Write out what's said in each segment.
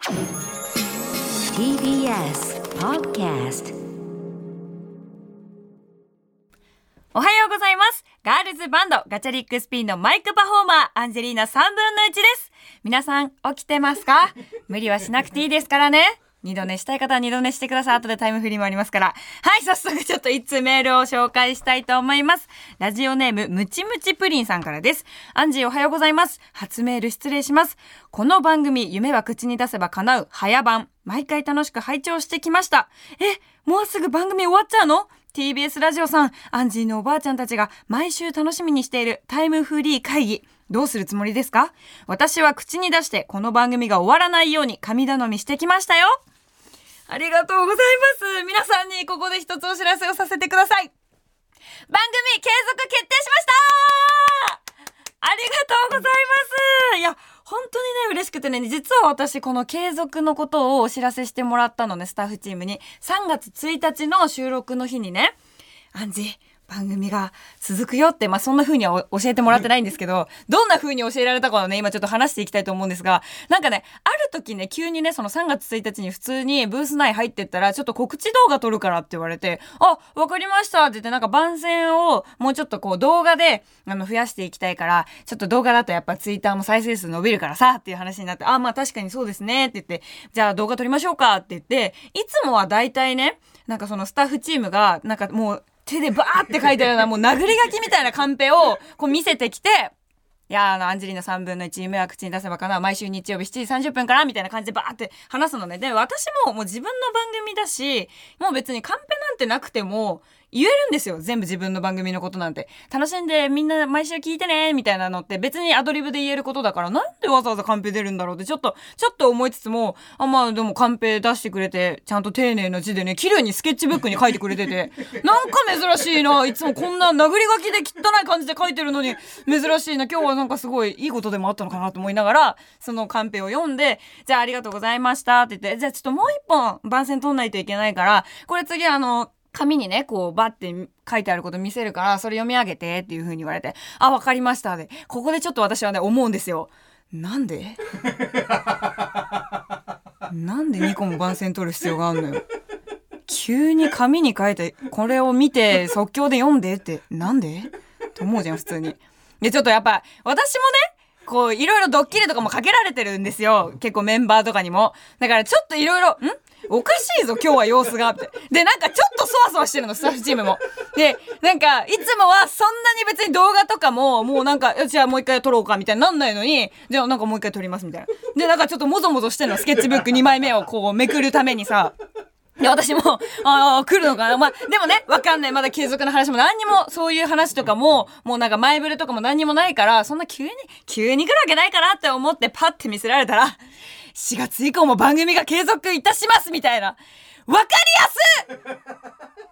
TBS Podcast。 おはようございます。ガールズバンドガチャリックスピンのマイクパフォーマーアンジェリーナ1/3です。皆さん起きてますか？無理はしなくていいですからね。二度寝したい方は二度寝してください。後でタイムフリーもありますから。はい、早速ちょっと一通メールを紹介したいと思います。ラジオネームムチムチプリンさんからです。アンジーおはようございます。初メール失礼します。この番組夢は口に出せば叶う早番、毎回楽しく拝聴してきました。もうすぐ番組終わっちゃうの？TBS ラジオさん、アンジーのおばあちゃんたちが毎週楽しみにしているタイムフリー会議、どうするつもりですか？私は口に出してこの番組が終わらないように神頼みしてきましたよ。ありがとうございます。皆さんにここで一つお知らせをさせてください。番組継続決定しました。ありがとうございます。いや、本当にね、嬉しくてね、実は私この継続のことをお知らせしてもらったのね、スタッフチームに。3月1日の収録の日にね、アンジー、番組が続くよって、そんな風には教えてもらってないんですけど、どんな風に教えられたかをね、今ちょっと話していきたいと思うんですが、なんかね、ある時ね、急にね、その3月1日に普通にブース内入ってったら、ちょっと告知動画撮るからって言われて、あ、わかりましたって言って、なんか番宣をもうちょっとこう動画で増やしていきたいから、ちょっと動画だとやっぱツイッターも再生数伸びるからさっていう話になって、あ、確かにそうですねって言って、じゃあ動画撮りましょうかって言って、いつもは大体ね、なんかそのスタッフチームが、なんかもう、手でバーって書いてあるようなもう殴り書きみたいなカンペをこう見せてきて、いやアンジェリーナ1/3夢は口に出せばかな、毎週日曜日7時30分からみたいな感じでバーって話すのね。で、私ももう自分の番組だし、もう別にカンペなんてなくても言えるんですよ。全部自分の番組のことなんて。楽しんでみんな毎週聞いてねみたいなのって別にアドリブで言えることだから、なんでわざわざカンペ出るんだろうってちょっと思いつつも、でもカンペ出してくれて、ちゃんと丁寧な字でね、綺麗にスケッチブックに書いてくれてて、なんか珍しいな。いつもこんな殴り書きで汚い感じで書いてるのに珍しいな。今日はなんかすごいいいことでもあったのかなと思いながら、そのカンペを読んで、じゃあありがとうございましたって言って、じゃあちょっともう一本番宣取んないといけないから、これ次紙にね、こうバッて書いてあること見せるから、それ読み上げてっていう風に言われて、あ、わかりましたで、ここでちょっと私はね、思うんですよ。なんで2個も番宣取る必要があるのよ。急に紙に書いて、これを見て即興で読んでって、なんでと思うじゃん、普通に。で、ちょっとやっぱ、私もね、こう、いろいろドッキリとかもかけられてるんですよ。結構メンバーとかにも。だからちょっといろいろ、おかしいぞ今日は様子がって。で、なんかちょっとそわそわしてるの、スタッフチームも。で、なんかいつもはそんなに別に動画とかももうなんか、じゃあもう一回撮ろうかみたいになんないのに、じゃあなんかもう一回撮りますみたいな。で、なんかちょっともぞもぞしてんの、スケッチブック2枚目をこうめくるためにさ。で、私も、来るのかな。でもね、わかんない。まだ継続の話も何にも、そういう話とかも、もうなんか前触れとかも何にもないから、そんな急に来るわけないかなって思ってパッて見せられたら、4月以降も番組が継続いたしますみたいな。わかりやすそんな感じだ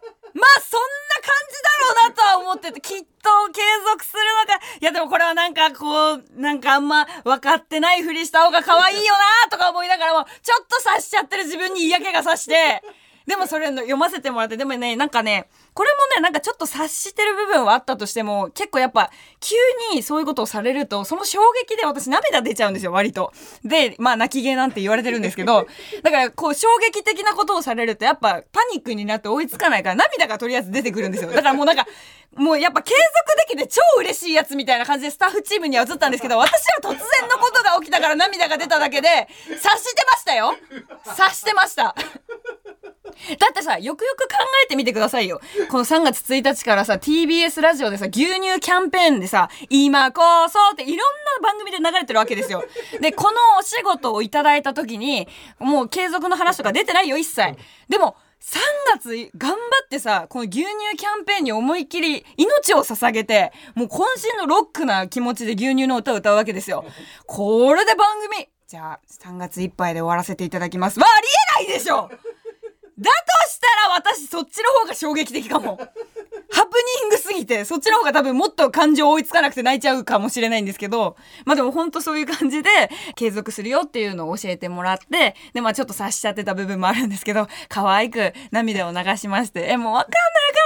ろうなとは思ってて、きっと継続するのか。いやでもこれはなんかこう、なんかあんま分かってないふりした方が可愛いよなとか思いながらも、ちょっと察しちゃってる自分に嫌気がさして、でもそれの読ませてもらって、でもね、なんかね、これもね、なんかちょっと察してる部分はあったとしても、結構やっぱ急にそういうことをされると、その衝撃で私涙出ちゃうんですよ、割と。で、泣き芸なんて言われてるんですけど、だからこう衝撃的なことをされるとやっぱパニックになって追いつかないから、涙がとりあえず出てくるんですよ。だからもうなんか、もうやっぱ継続できて超嬉しいやつみたいな感じでスタッフチームには映ったんですけど、私は突然のことが起きたから涙が出ただけで、察してましたよ。察してました。だってさ、よくよく考えてみてくださいよ。この3月1日からさ、TBS ラジオでさ、牛乳キャンペーンでさ、今こそっていろんな番組で流れてるわけですよ。で、このお仕事をいただいた時に、もう継続の話とか出てないよ、一切。でも、3月頑張ってさ、この牛乳キャンペーンに思いっきり命を捧げて、もう渾身のロックな気持ちで牛乳の歌を歌うわけですよ。これで番組、じゃあ3月いっぱいで終わらせていただきます。ありえないでしょ。だとしたら私そっちの方が衝撃的かも。ハプニングすぎて、そっちの方が多分もっと感情追いつかなくて泣いちゃうかもしれないんですけど、でも本当そういう感じで継続するよっていうのを教えてもらって、でちょっと察しちゃってた部分もあるんですけど、可愛く涙を流しまして、もうわかんない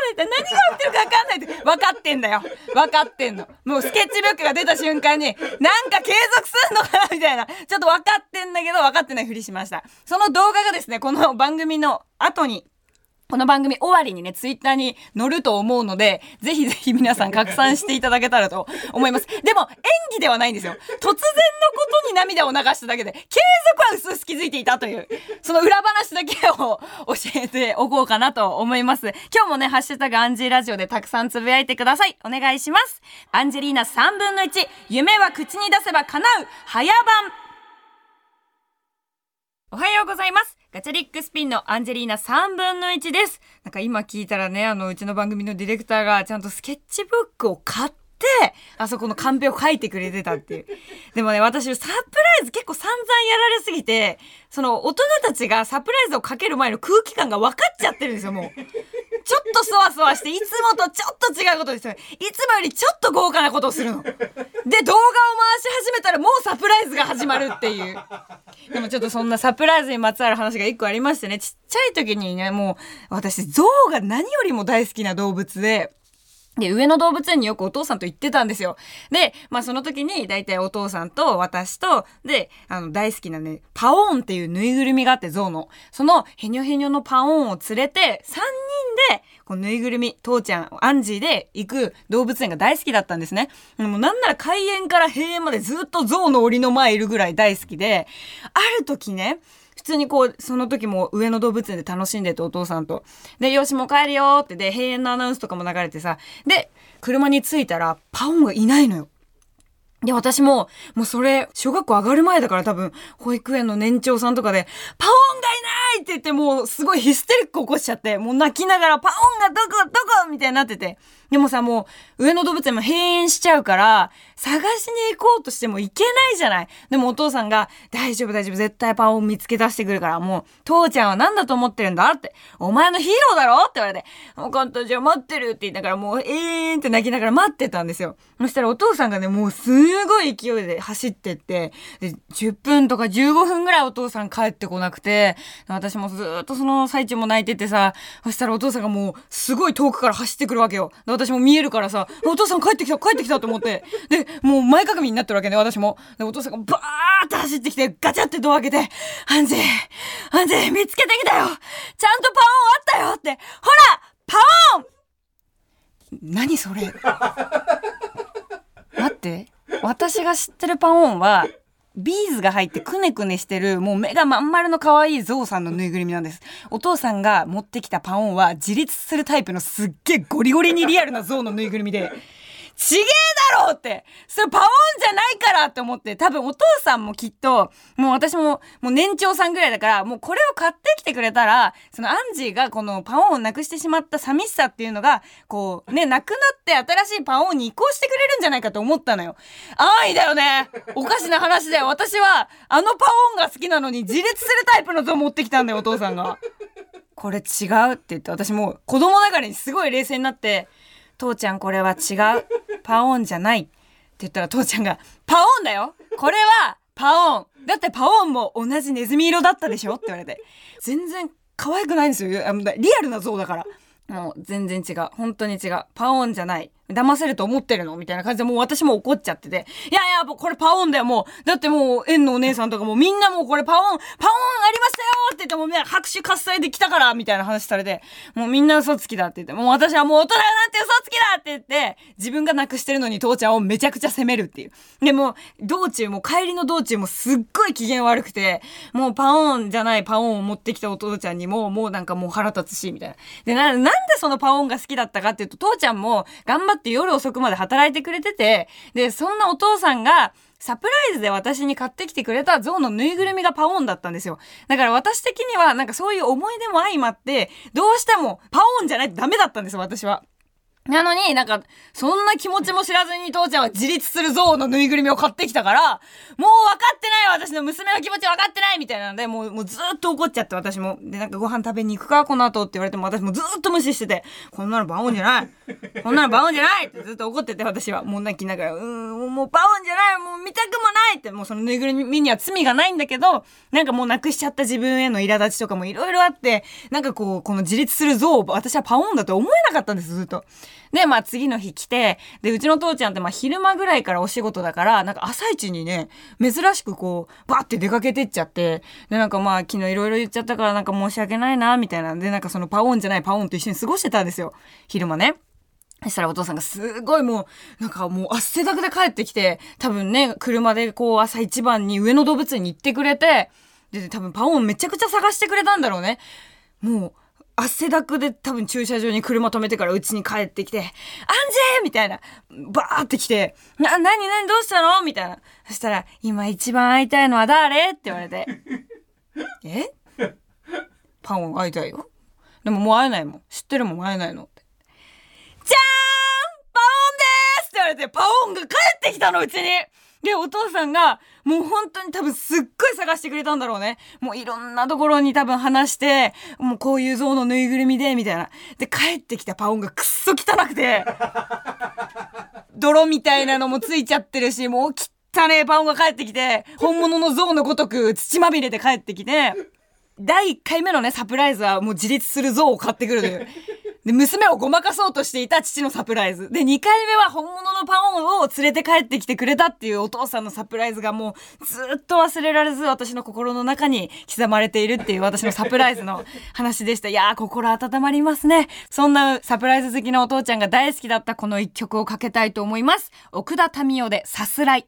何が入ってるか分かんないって分かってんだよ。分かってんの。もうスケッチブックが出た瞬間になんか継続すんのかなみたいな、ちょっと分かってんだけど分かってないふりしました。その動画がですね、この番組の後に、この番組終わりにね、ツイッターに載ると思うので、ぜひぜひ皆さん拡散していただけたらと思います。でも、演技ではないんですよ。突然のことに涙を流しただけで、継続は薄々気づいていたという、その裏話だけを教えておこうかなと思います。今日もね、ハッシュタグアンジーラジオでたくさんつぶやいてください。お願いします。アンジェリーナ3分の1、夢は口に出せば叶う、早番。おはようございます。ガチャリックスピンのアンジェリーナ3分の1です。なんか今聞いたらね、うちの番組のディレクターがちゃんとスケッチブックを買って、あそこのカンペを書いてくれてたっていう。でもね、私サプライズ結構散々やられすぎて、その大人たちがサプライズをかける前の空気感が分かっちゃってるんですよ、もう。ちょっとそわそわして、いつもとちょっと違うことですよ。いつもよりちょっと豪華なことをするの。で、動画を回し始めたらもうサプライズが始まるっていう。でもちょっとそんなサプライズにまつわる話が一個ありましてね、ちっちゃい時にね、もう私象が何よりも大好きな動物で、上野動物園によくお父さんと行ってたんですよ。で、その時に大体お父さんと私と、で、大好きなね、パオーンっていうぬいぐるみがあって、象の。そのヘニョヘニョのパオーンを連れて、3人で、このぬいぐるみ、父ちゃん、アンジーで行く動物園が大好きだったんですね。もうなんなら開園から閉園までずっと象の檻の前いるぐらい大好きで、ある時ね、普通にその時も上野動物園で楽しんでてお父さんと。で、よしもう帰るよって、で、閉園のアナウンスとかも流れてさ。で、車に着いたらパオンがいないのよ。で、私もうそれ、小学校上がる前だから多分、保育園の年長さんとかで、パオンがいないって言って、もうすごいヒステリック起こしちゃって、もう泣きながら、パオンがどこみたいになってて。でもさ、もう、上野動物園も閉園しちゃうから、探しに行こうとしても行けないじゃない。でもお父さんが、大丈夫、絶対パオン見つけ出してくるから、もう、父ちゃんは何だと思ってるんだって、お前のヒーローだろって言われて、分かった、じゃあ待ってるって言ったから、もう、って泣きながら待ってたんですよ。そしたらお父さんがね、もうすごい勢いで走ってって、で、10分とか15分ぐらいお父さん帰ってこなくて、私もずーっとその最中も泣いててさ、そしたらお父さんがもう、すごい遠くから走ってくるわけよ。私も見えるからさ、お父さん帰ってきたと思って。で、もう前かがみになってるわけね、私も。で、お父さんがバーって走ってきて、ガチャってドア開けて、アンジェ見つけてきたよ、ちゃんとパオンあったよって、ほらパオン何それ待って。私が知ってるパオンは、ビーズが入ってくねくねしてる、もう目がまん丸の可愛いゾウさんのぬいぐるみなんです。お父さんが持ってきたパオンは自立するタイプのすっげえゴリゴリにリアルなゾウのぬいぐるみで、ちげえだろって、それパオンじゃないからって思って、多分お父さんもきっと、もう私ももう年長さんぐらいだから、もうこれを買ってきてくれたら、そのアンジーがこのパオンをなくしてしまった寂しさっていうのが、なくなって新しいパオンに移行してくれるんじゃないかと思ったのよ。安易だよね。おかしな話だよ。私はあのパオンが好きなのに自立するタイプのゾウ持ってきたんだよ、お父さんが。これ違うって言って、私もう子供ながらにすごい冷静になって、父ちゃんこれは違う、パオンじゃないって言ったら、父ちゃんがパオンだよ、これはパオンだって、パオンも同じネズミ色だったでしょって言われて、全然可愛くないんですよ、リアルな像だから。もう全然違う、本当に違う、パオンじゃない、騙せると思ってるのみたいな感じで、もう私も怒っちゃってて、いやもうこれパオンだよ、もうだってもう園のお姉さんとかもみんなもうこれパオンありましたよって言って、もう拍手喝采で来たからみたいな話されて、もうみんな嘘つきだって言って、もう私はもう大人なんて嘘つきだって言って、自分がなくしてるのに父ちゃんをめちゃくちゃ責めるっていう。でも帰りの道中もすっごい機嫌悪くて、もうパオンじゃないパオンを持ってきたお父ちゃんにももうなんかもう腹立つしみたいな。で、なんでそのパオンが好きだったかっていうと、父ちゃんも頑張って夜遅くまで働いてくれてて、でそんなお父さんがサプライズで私に買ってきてくれた象のぬいぐるみがパオンだったんですよ。だから私的にはなんかそういう思い出も相まって、どうしてもパオンじゃないとダメだったんですよ、私は。 なのになんか、そんな気持ちも知らずに父ちゃんは自立する象のぬいぐるみを買ってきたから、もう分かってない私の娘の気持ち分かってないみたいなので、もうずーっと怒っちゃって私も。で、なんかご飯食べに行くかこの後って言われても私もずーっと無視してて、こんなのバオンじゃないこんなのバオンじゃないってずっと怒ってて私は。もう泣きながら、もうバオンじゃないもう見たくもないって、もうそのぬいぐるみには罪がないんだけど、なんかもうなくしちゃった自分への苛立ちとかもいろいろあって、なんかこの自立する象を私はパオンだと思えなかったんです、ずっと。で、次の日来て、で、うちの父ちゃんって昼間ぐらいからお仕事だから、なんか朝一にね、珍しくバーって出かけてっちゃって、で、なんか昨日いろいろ言っちゃったからなんか申し訳ないな、みたいな。で、なんかそのパオンじゃないパオンと一緒に過ごしてたんですよ。昼間ね。そしたらお父さんがすごいなんか汗だくで帰ってきて、多分ね、車で朝一番に上野動物園に行ってくれて、で、多分パオンめちゃくちゃ探してくれたんだろうね。もう、汗だくで多分駐車場に車止めてから家に帰ってきて、アンジェーみたいな、バーって来て、何どうしたのみたいな。そしたら、今一番会いたいのは誰って言われて。えパオン会いたいよ。でももう会えないもん。知ってるもん会えないのって。じゃーんパオンでーすって言われて、パオンが帰ってきたのうちに。で、お父さんが、もう本当に多分すっごい探してくれたんだろうね。もういろんなところに多分話して、もうこういう象のぬいぐるみで、みたいな。で、帰ってきたパオンがくっそ汚くて、泥みたいなのもついちゃってるし、もう汚ねえパオンが帰ってきて、本物の象のごとく土まみれで帰ってきて、第1回目のね、サプライズはもう自立する象を買ってくるという。で、娘をごまかそうとしていた父のサプライズ。で、2回目は本物のパオンを連れて帰ってきてくれたっていうお父さんのサプライズがもうずっと忘れられず私の心の中に刻まれているっていう私のサプライズの話でした。いやー、心温まりますね。そんなサプライズ好きなお父ちゃんが大好きだったこの一曲をかけたいと思います。奥田民生でさすらい。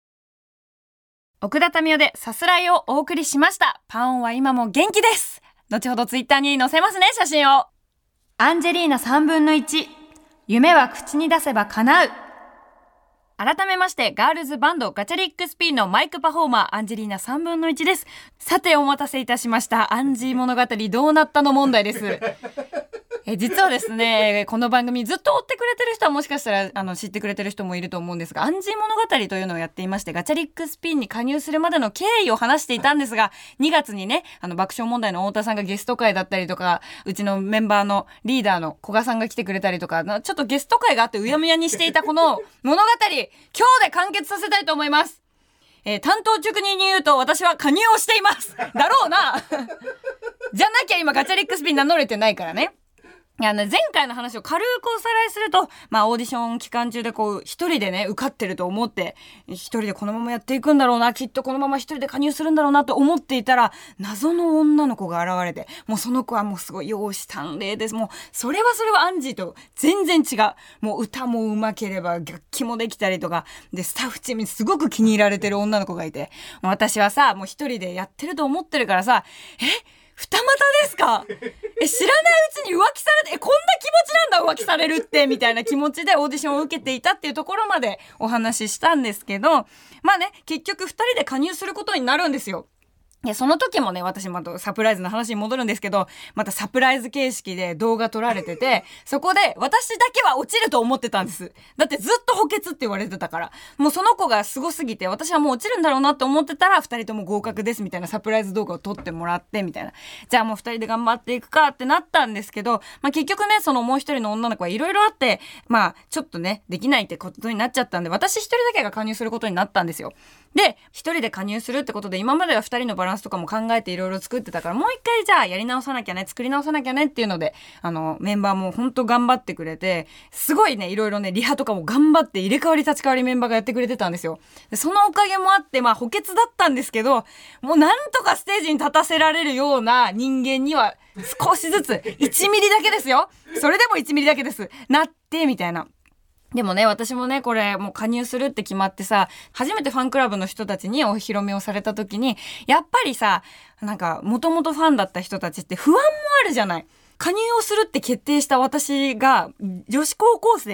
奥田民生でさすらいをお送りしました。パオンは今も元気です。後ほどツイッターに載せますね、写真を。アンジェリーナ3分の1、夢は口に出せば叶う。改めまして、ガールズバンドガチャリックスピンのマイクパフォーマー、アンジェリーナ3分の1です。さてお待たせいたしました。アンジー物語どうなったの問題です。実はですね、この番組ずっと追ってくれてる人はもしかしたら知ってくれてる人もいると思うんですが、アンジー物語というのをやっていまして、ガチャリックスピンに加入するまでの経緯を話していたんですが、2月にね、爆笑問題の太田さんがゲスト会だったりとか、うちのメンバーのリーダーの古賀さんが来てくれたりとか、ちょっとゲスト会があってうやむやにしていたこの物語、今日で完結させたいと思います。担当直入に言うと私は加入をしています。だろうな。じゃなきゃ今ガチャリックスピン名乗れてないからね。前回の話を軽くおさらいすると、オーディション期間中で一人でね、受かってると思って、一人でこのままやっていくんだろうな、きっとこのまま一人で加入するんだろうなと思っていたら、謎の女の子が現れて、もうその子はもうすごい容姿端麗です。もう、それはアンジーと全然違う。もう歌も上手ければ、楽器もできたりとか、で、スタッフチームにすごく気に入られてる女の子がいて、私はさ、もう一人でやってると思ってるからさ、二股ですか？知らないうちに浮気されて、こんな気持ちなんだ浮気されるってみたいな気持ちでオーディションを受けていたっていうところまでお話ししたんですけど、結局二人で加入することになるんですよ。その時もね、私またサプライズの話に戻るんですけど、またサプライズ形式で動画撮られてて、そこで私だけは落ちると思ってたんです。だってずっと補欠って言われてたから。もうその子がすごすぎて、私はもう落ちるんだろうなと思ってたら、二人とも合格ですみたいなサプライズ動画を撮ってもらって、みたいな。じゃあもう二人で頑張っていくかってなったんですけど、結局ね、そのもう一人の女の子はいろいろあって、ちょっとね、できないってことになっちゃったんで、私一人だけが加入することになったんですよ。で、一人で加入するってことで、今までは二人のバランスとかも考えていろいろ作ってたから、もう一回じゃあやり直さなきゃね、作り直さなきゃねっていうので、メンバーもほんと頑張ってくれて、すごいね、いろいろね、リハとかも頑張って入れ替わり立ち替わりメンバーがやってくれてたんですよ。でそのおかげもあって、補欠だったんですけど、もうなんとかステージに立たせられるような人間には少しずつ、1ミリだけですよ。それでも1ミリだけです。なって、みたいな。でもね、私もね、これもう加入するって決まってさ、初めてファンクラブの人たちにお披露目をされた時に、やっぱりさ、もともとファンだった人たちって不安もあるじゃない。加入をするって決定した私が女子高校生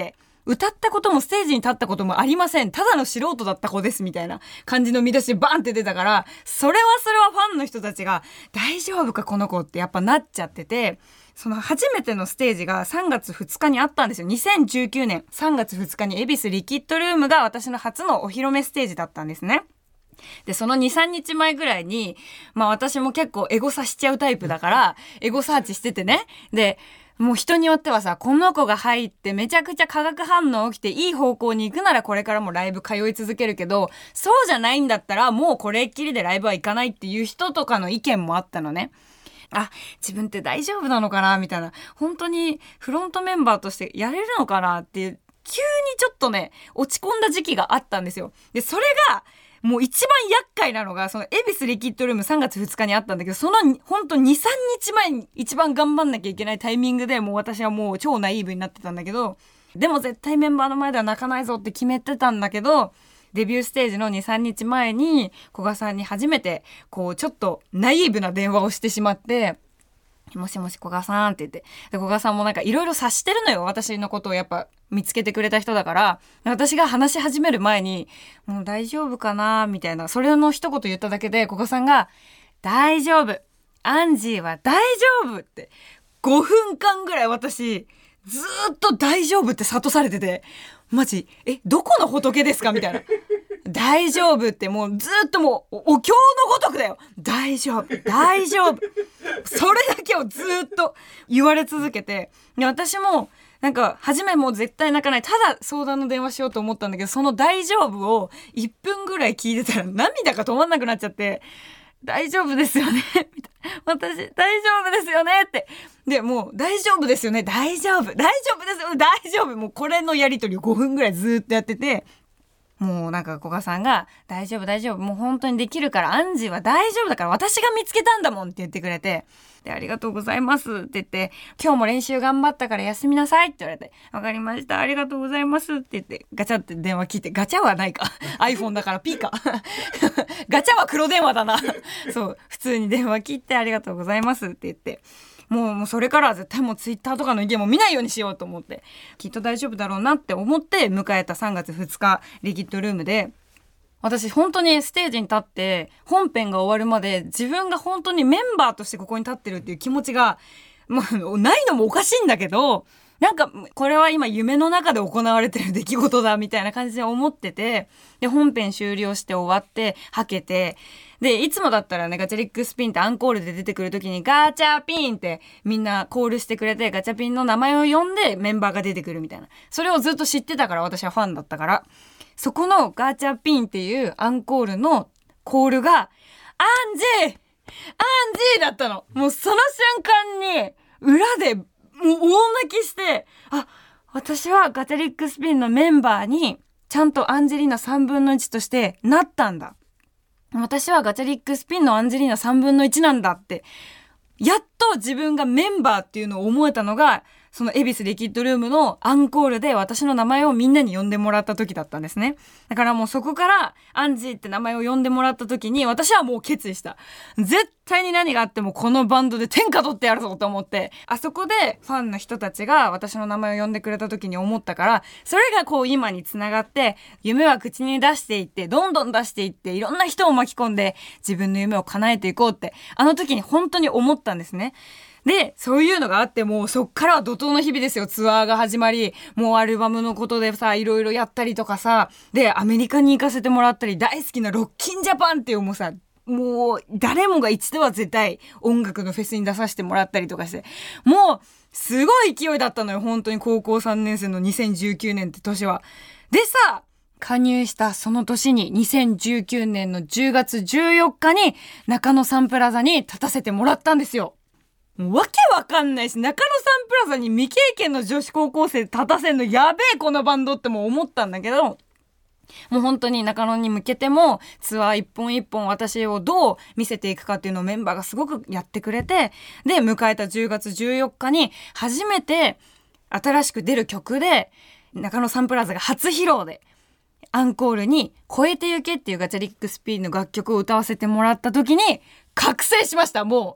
歌ったこともステージに立ったこともありません。ただの素人だった子です。みたいな感じの見出しバンって出たから、それはファンの人たちが大丈夫かこの子ってやっぱなっちゃってて、その初めてのステージが3月2日にあったんですよ。2019年3月2日に恵比寿リキッドルームが私の初のお披露目ステージだったんですね。で、その 2,3 日前ぐらいに、私も結構エゴサしちゃうタイプだから、エゴサーチしててね。で、もう人によってはさ、この子が入ってめちゃくちゃ化学反応起きていい方向に行くならこれからもライブ通い続けるけど、そうじゃないんだったらもうこれっきりでライブは行かないっていう人とかの意見もあったのね。自分って大丈夫なのかなみたいな、本当にフロントメンバーとしてやれるのかなっていう、急にちょっとね落ち込んだ時期があったんですよ。で、それがもう一番厄介なのが、その恵比寿リキッドルーム3月2日にあったんだけど、その本当 2,3 日前に一番頑張んなきゃいけないタイミングで、もう私はもう超ナイーブになってたんだけど、でも絶対メンバーの前では泣かないぞって決めてたんだけど、デビューステージの 2,3 日前に古賀さんに初めてこうちょっとナイーブな電話をしてしまって、もしもし古賀さんって言って、で古賀さんもなんかいろいろ察してるのよ、私のことをやっぱ見つけてくれた人だから。私が話し始める前にもう大丈夫かなみたいな、それの一言言っただけで古賀さんが大丈夫、アンジーは大丈夫って5分間ぐらい私ずっと大丈夫って諭されてて、マジどこの仏ですかみたいな。大丈夫ってもうずっともうお経のごとくだよ。大丈夫大丈夫、それだけをずっと言われ続けて、で私もなんか初めもう絶対泣かない、ただ相談の電話しようと思ったんだけど、その大丈夫を1分ぐらい聞いてたら涙が止まんなくなっちゃって、大丈夫ですよねみたいな、私大丈夫ですよねって、でもう大丈夫ですよね、大丈夫大丈夫ですよね、大丈夫、もうこれのやり取りを5分ぐらいずっとやってて、もうなんか古賀さんが大丈夫大丈夫、もう本当にできるから、アンジーは大丈夫だから、私が見つけたんだもんって言ってくれて、でありがとうございますって言って、今日も練習頑張ったから休みなさいって言われて、わかりましたありがとうございますって言ってガチャって電話切って、ガチャはないかiPhone だから P かガチャは黒電話だなそう普通に電話切って、ありがとうございますって言って、もうそれからは絶対もうツイッターとかの意見も見ないようにしようと思って、きっと大丈夫だろうなって思って迎えた3月2日リキッドルームで、私本当にステージに立って本編が終わるまで自分が本当にメンバーとしてここに立ってるっていう気持ちが、ないのもおかしいんだけど、なんかこれは今夢の中で行われてる出来事だみたいな感じで思ってて、で本編終了して終わってはけて、でいつもだったらねガチャリックスピンってアンコールで出てくる時にガチャピンってみんなコールしてくれて、ガチャピンの名前を呼んでメンバーが出てくるみたいな、それをずっと知ってたから、私はファンだったから、そこのガチャピンっていうアンコールのコールがアンジーだったの。もうその瞬間に裏でもう大泣きして、私はガチャリックスピンのメンバーにちゃんとアンジェリーナ3分の1としてなったんだ、私はガチャリックスピンのアンジェリーナ3分の1なんだって、やっと自分がメンバーっていうのを思えたのが、その恵比寿リキッドルームのアンコールで私の名前をみんなに呼んでもらった時だったんですね。だからもうそこからアンジーって名前を呼んでもらった時に、私はもう決意した。絶対に何があってもこのバンドで天下取ってやるぞと思って、あそこでファンの人たちが私の名前を呼んでくれた時に思ったから、それがこう今につながって、夢は口に出していって、どんどん出していって、いろんな人を巻き込んで自分の夢を叶えていこうって、あの時に本当に思ったんですね。で、そういうのがあって、もうそっからは怒涛の日々ですよ。ツアーが始まり、もうアルバムのことでさ、いろいろやったりとかさ、で、アメリカに行かせてもらったり、大好きなロッキンジャパンっていうもうさ、もう誰もが一度は絶対音楽のフェスに出させてもらったりとかして、もうすごい勢いだったのよ。本当に高校3年生の2019年って年は。でさ、加入したその年に2019年の10月14日に中野サンプラザに立たせてもらったんですよ。わけわかんないし、中野サンプラザに未経験の女子高校生立たせんのやべえこのバンドっても思ったんだけど、もう本当に中野に向けてもツアー一本一本私をどう見せていくかっていうのをメンバーがすごくやってくれて、で迎えた10月14日に初めて新しく出る曲で中野サンプラザが初披露でアンコールに超えてゆけっていうガチャリックスピンの楽曲を歌わせてもらった時に覚醒しました。もう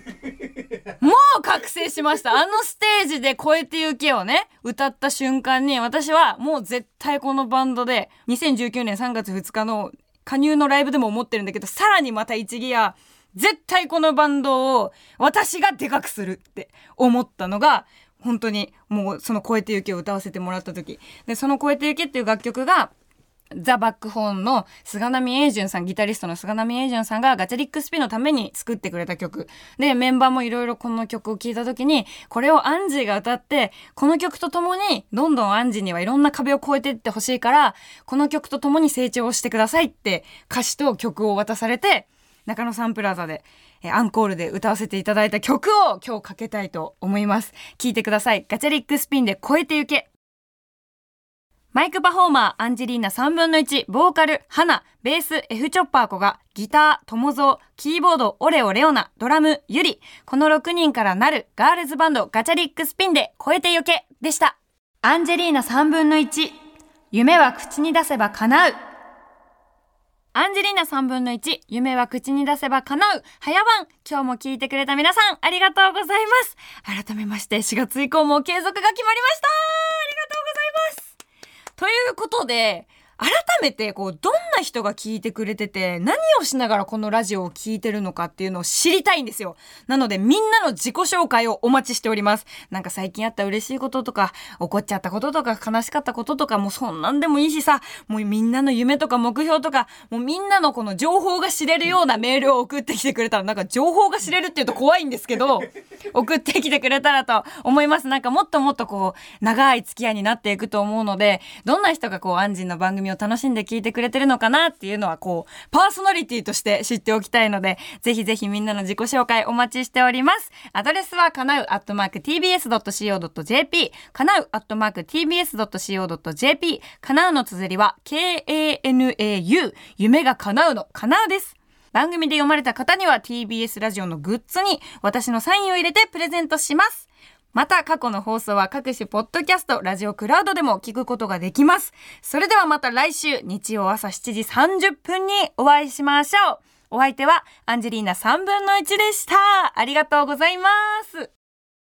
もう覚醒しました。あのステージで超えてゆけをね歌った瞬間に、私はもう絶対このバンドで2019年3月2日の加入のライブでも思ってるんだけど、さらにまた1ギア絶対このバンドを私がでかくするって思ったのが、本当にもうその超えてゆけを歌わせてもらった時で、その超えてゆけっていう楽曲がザ・バックホーンの菅波英順さん、ギタリストの菅波英順さんがガチャリックスピンのために作ってくれた曲で、メンバーもいろいろこの曲を聴いた時に、これをアンジーが歌って、この曲とともにどんどんアンジーにはいろんな壁を越えていってほしいから、この曲とともに成長してくださいって歌詞と曲を渡されて、中野サンプラザでアンコールで歌わせていただいた曲を今日かけたいと思います。聴いてください。ガチャリックスピンで超えてゆけ。マイクパフォーマーアンジェリーナ3分の1、ボーカル花、ベース F チョッパー子が、ギター友蔵、キーボードオレオレオナ、ドラムユリ、この6人からなるガールズバンドガチャリックスピンで超えてゆけでした。アンジェリーナ3分の1、夢は口に出せば叶う。アンジェリーナ3分の1、夢は口に出せば叶う早番。今日も聞いてくれた皆さんありがとうございます。改めまして4月以降も継続が決まりました。ありがとうございます。ということで、改めてどんな人が聞いてくれてて、何をしながらこのラジオを聞いてるのかっていうのを知りたいんですよ。なのでみんなの自己紹介をお待ちしております。なんか最近あった嬉しいこととか、怒っちゃったこととか、悲しかったこととか、もうそんなんでもいいしさ、もうみんなの夢とか目標とか、もうみんなのこの情報が知れるようなメールを送ってきてくれたら、なんか情報が知れるっていうと怖いんですけど、送ってきてくれたらと思います。なんかもっともっと長い付き合いになっていくと思うので、どんな人がアンジーの番組を楽しんで聞いてくれてるのかなっていうのはパーソナリティとして知っておきたいので、ぜひぜひみんなの自己紹介お待ちしております。アドレスはかなう@tbs.co.jp、 かなう@tbs.co.jp、 かなうの綴りは KANAU、 夢が叶うのかなうです。番組で読まれた方には TBS ラジオのグッズに私のサインを入れてプレゼントします。また過去の放送は各種ポッドキャスト、ラジオクラウドでも聞くことができます。それではまた来週日曜朝7時30分にお会いしましょう。お相手はアンジェリーナ3分の1でした。ありがとうございます。